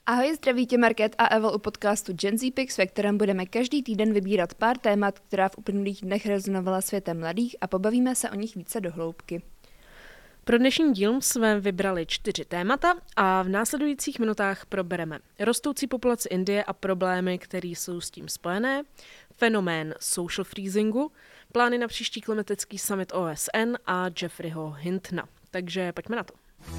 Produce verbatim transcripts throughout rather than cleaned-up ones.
Ahoj, zdraví tě Market a Evel u podcastu Gen Z Picks, ve kterém budeme každý týden vybírat pár témat, která v uplynulých dnech rezonovala světem mladých a pobavíme se o nich více do hloubky. Pro dnešní díl jsme vybrali čtyři témata a v následujících minutách probereme rostoucí populaci Indie a problémy, které jsou s tím spojené, fenomén social freezingu, plány na příští klimatický summit O S N a Jeffreyho Hintona. Takže pojďme na to.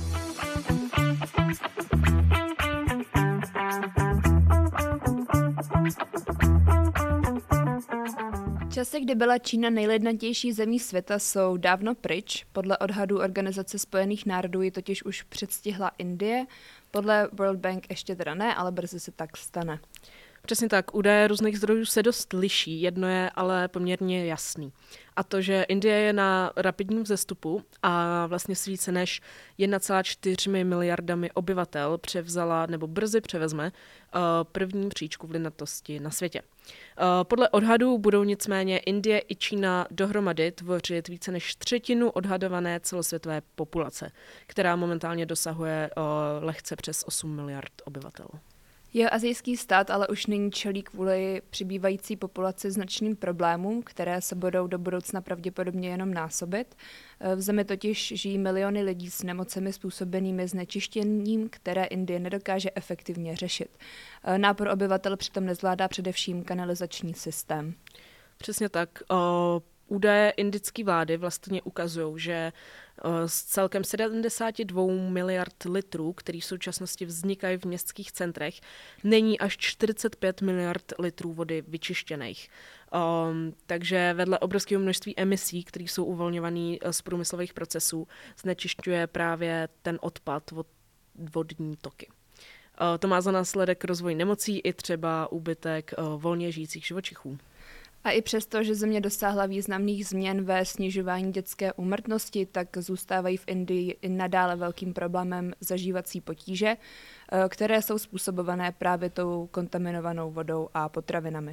Časy, kdy byla Čína nejlednatější zemí světa, jsou dávno pryč. Podle odhadů Organizace spojených národů ji totiž už předstihla Indie. Podle World Bank ještě teda ne, ale brzy se tak stane. Přesně tak, údaje různých zdrojů se dost liší, jedno je ale poměrně jasný. A to, že Indie je na rapidním vzestupu a vlastně s více než jedna celá čtyři miliardami obyvatel převzala nebo brzy převezme uh, první příčku v lidnatosti na světě. Uh, podle odhadů budou nicméně Indie i Čína dohromady tvořit více než třetinu odhadované celosvětové populace, která momentálně dosahuje uh, lehce přes osm miliard obyvatel. Jeho asijský stát ale už nyní čelí kvůli přibývající populaci značným problémům, které se budou do budoucna pravděpodobně jenom násobit. V zemi totiž žijí miliony lidí s nemocemi způsobenými znečištěním, které Indie nedokáže efektivně řešit. Nápor obyvatel přitom nezvládá především kanalizační systém. Přesně tak. O... Údaje indické vlády vlastně ukazují, že z celkem sedmdesát dva miliard litrů, který v současnosti vznikají v městských centrech, není až čtyřicet pět miliard litrů vody vyčištěných. Um, takže vedle obrovského množství emisí, které jsou uvolňované z průmyslových procesů, znečišťuje právě ten odpad od vodní toky. Uh, to má za následek rozvoj nemocí i třeba úbytek uh, volně žijících živočichů. A i přesto, že země dosáhla významných změn ve snižování dětské úmrtnosti, tak zůstávají v Indii i nadále velkým problémem zažívací potíže, které jsou způsobované právě tou kontaminovanou vodou a potravinami.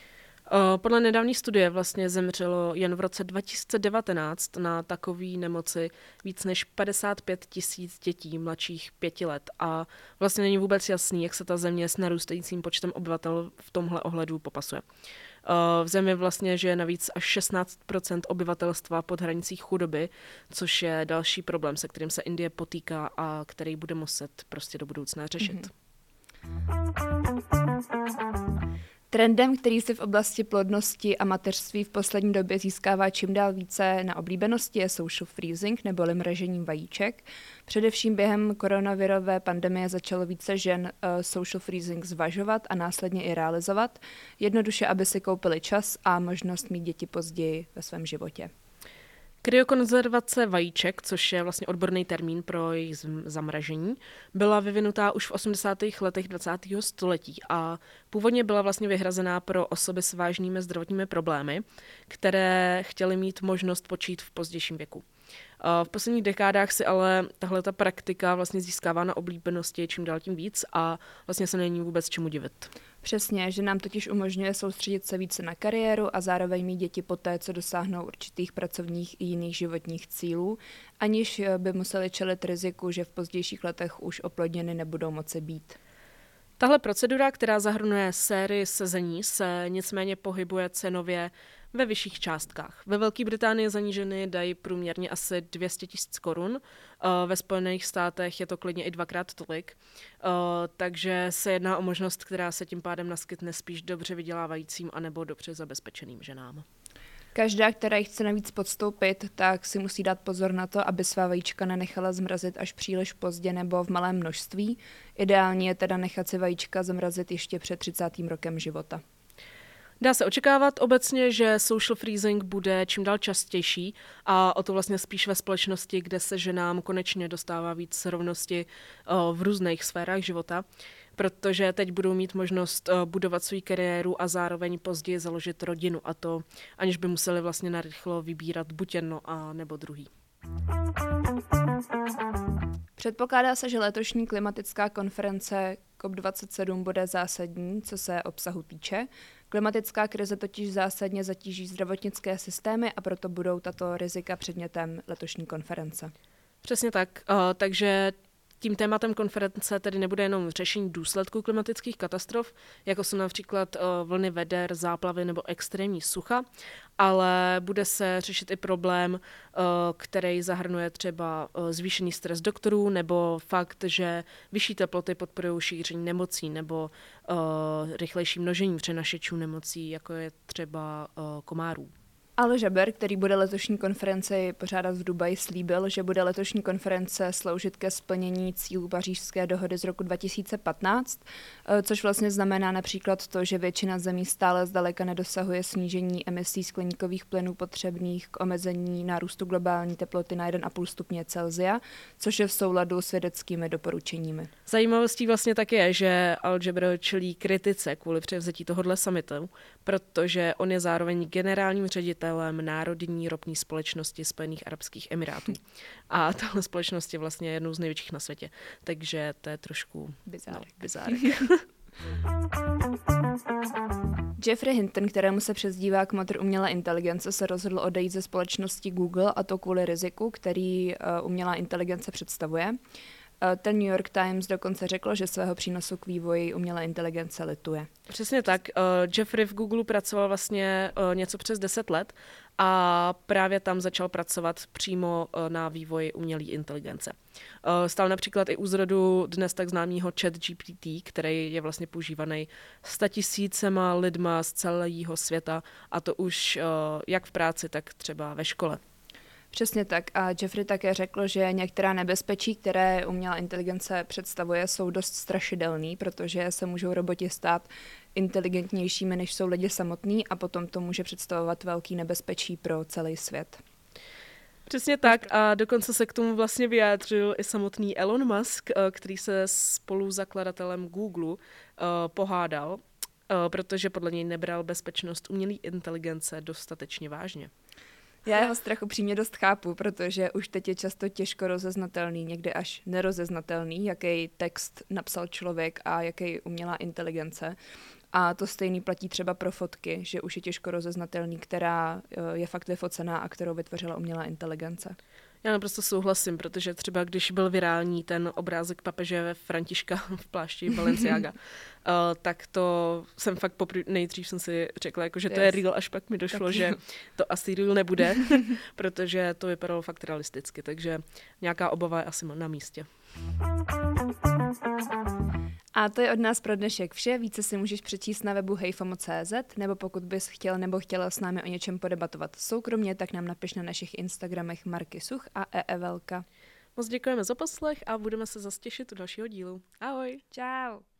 Podle nedávné studie vlastně zemřelo jen v roce dva tisíce devatenáct na takové nemoci víc než padesát pět tisíc dětí mladších pěti let a vlastně není vůbec jasný, jak se ta země s narůstajícím počtem obyvatel v tomhle ohledu popasuje. V zemi vlastně žije navíc až šestnáct procent obyvatelstva pod hranicí chudoby, což je další problém, se kterým se Indie potýká a který bude muset prostě do budoucna řešit. Mm-hmm. Trendem, který se v oblasti plodnosti a mateřství v poslední době získává čím dál více na oblíbenosti, je social freezing neboli mražení vajíček. Především během koronavirové pandemie začalo více žen uh, social freezing zvažovat a následně i realizovat, jednoduše, aby si koupili čas a možnost mít děti později ve svém životě. Kryokonzervace vajíček, což je vlastně odborný termín pro jejich zamražení, byla vyvinutá už v osmdesátých letech dvacátého století a původně byla vlastně vyhrazená pro osoby s vážnými zdravotními problémy, které chtěly mít možnost počít v pozdějším věku. V posledních dekádách si ale tahle ta praktika vlastně získává na oblíbenosti čím dál tím víc a vlastně se není vůbec čemu divit. Přesně, že nám totiž umožňuje soustředit se více na kariéru a zároveň mít děti poté, co dosáhnou určitých pracovních i jiných životních cílů, aniž by museli čelit riziku, že v pozdějších letech už oplodněny nebudou moci být. Tahle procedura, která zahrnuje sérii sezení, se nicméně pohybuje cenově ve vyšších částkách. Ve Velké Británii za ní ženy dají průměrně asi dvě stě tisíc korun, ve Spojených státech je to klidně i dvakrát tolik, takže se jedná o možnost, která se tím pádem naskytne spíš dobře vydělávajícím anebo dobře zabezpečeným ženám. Každá, která ji chce navíc podstoupit, tak si musí dát pozor na to, aby svá vajíčka nenechala zmrazit až příliš pozdě nebo v malém množství. Ideální je teda nechat si vajíčka zmrazit ještě před třicátým rokem života. Dá se očekávat obecně, že social freezing bude čím dál častější a o to vlastně spíš ve společnosti, kde se ženám konečně dostává víc rovnosti v různých sférách života, protože teď budou mít možnost budovat svou kariéru a zároveň později založit rodinu a to aniž by museli vlastně narychlo vybírat buď jedno a nebo druhý. Předpokládá se, že letošní klimatická konference C O P dvacet sedm bude zásadní, co se obsahu týče. Klimatická krize totiž zásadně zatíží zdravotnické systémy a proto budou tato rizika předmětem letošní konference. Přesně tak. Uh, takže Tím tématem konference tedy nebude jenom řešení důsledků klimatických katastrof, jako jsou například vlny veder, záplavy nebo extrémní sucha, ale bude se řešit i problém, který zahrnuje třeba zvýšený stres doktorů nebo fakt, že vyšší teploty podporují šíření nemocí nebo rychlejší množení přenašečů nemocí, jako je třeba komárů. Al Jaber, který bude letošní konferenci pořádat v Dubaji, slíbil, že bude letošní konference sloužit ke splnění cílů Pařížské dohody z roku dva tisíce patnáct, což vlastně znamená například to, že většina zemí stále zdaleka nedosahuje snížení emisí skleníkových plynů potřebných k omezení nárůstu globální teploty na jedna a půl stupně Celsia, což je v souladu s vědeckými doporučeními. Zajímavostí vlastně tak je, že Al Jaber čelí kritice kvůli převzetí tohohle summitu, protože on je zároveň generálním ředitelem Národní ropní společnosti Spojených arabských emirátů. A tahle společnost je vlastně jednou z největších na světě. Takže to je trošku bizárek. No, bizárek. Geoffrey Hinton, kterému se přezdívá kmotr umělé inteligence, se rozhodl odejít ze společnosti Google, a to kvůli riziku, který uh, umělá inteligence představuje. Ten New York Times dokonce řekl, že svého přínosu k vývoji umělé inteligence lituje. Přesně tak. Geoffrey v Google pracoval vlastně něco přes deset let a právě tam začal pracovat přímo na vývoji umělé inteligence. Stál například i u zrodu dnes tak známého ChatGPT, který je vlastně používaný statisícema lidma z celého světa, a to už jak v práci, tak třeba ve škole. Přesně tak. A Geoffrey také řekl, že některá nebezpečí, které umělá inteligence představuje, jsou dost strašidelný, protože se můžou roboti stát inteligentnějšími, než jsou lidi samotní, a potom to může představovat velký nebezpečí pro celý svět. Přesně tak, a dokonce se k tomu vlastně vyjádřil i samotný Elon Musk, který se spoluzakladatelem Google pohádal, protože podle něj nebral bezpečnost umělé inteligence dostatečně vážně. Já jeho strach upřímně dost chápu, protože už teď je často těžko rozeznatelný, někdy až nerozeznatelný, jaký text napsal člověk a jaký umělá inteligence. A to stejný platí třeba pro fotky, že už je těžko rozeznatelný, která je fakt vyfocená a kterou vytvořila umělá inteligence. Já naprosto souhlasím, protože třeba když byl virální ten obrázek papeže Františka v plášti Balenciaga, uh, tak to jsem fakt poprv, nejdřív jsem si řekla, jako, že to yes. je real, až pak mi došlo, Taky. že to asi real nebude, protože to vypadalo fakt realisticky, takže nějaká obava je asi na místě. A to je od nás pro dnešek vše. Více si můžeš přečíst na webu hejfomo tečka cé zet, nebo pokud bys chtěl nebo chtěla s námi o něčem podebatovat soukromně, tak nám napiš na našich Instagramech Marky Such a eevelka. Moc děkujeme za poslech a budeme se zase těšit u dalšího dílu. Ahoj! Čau!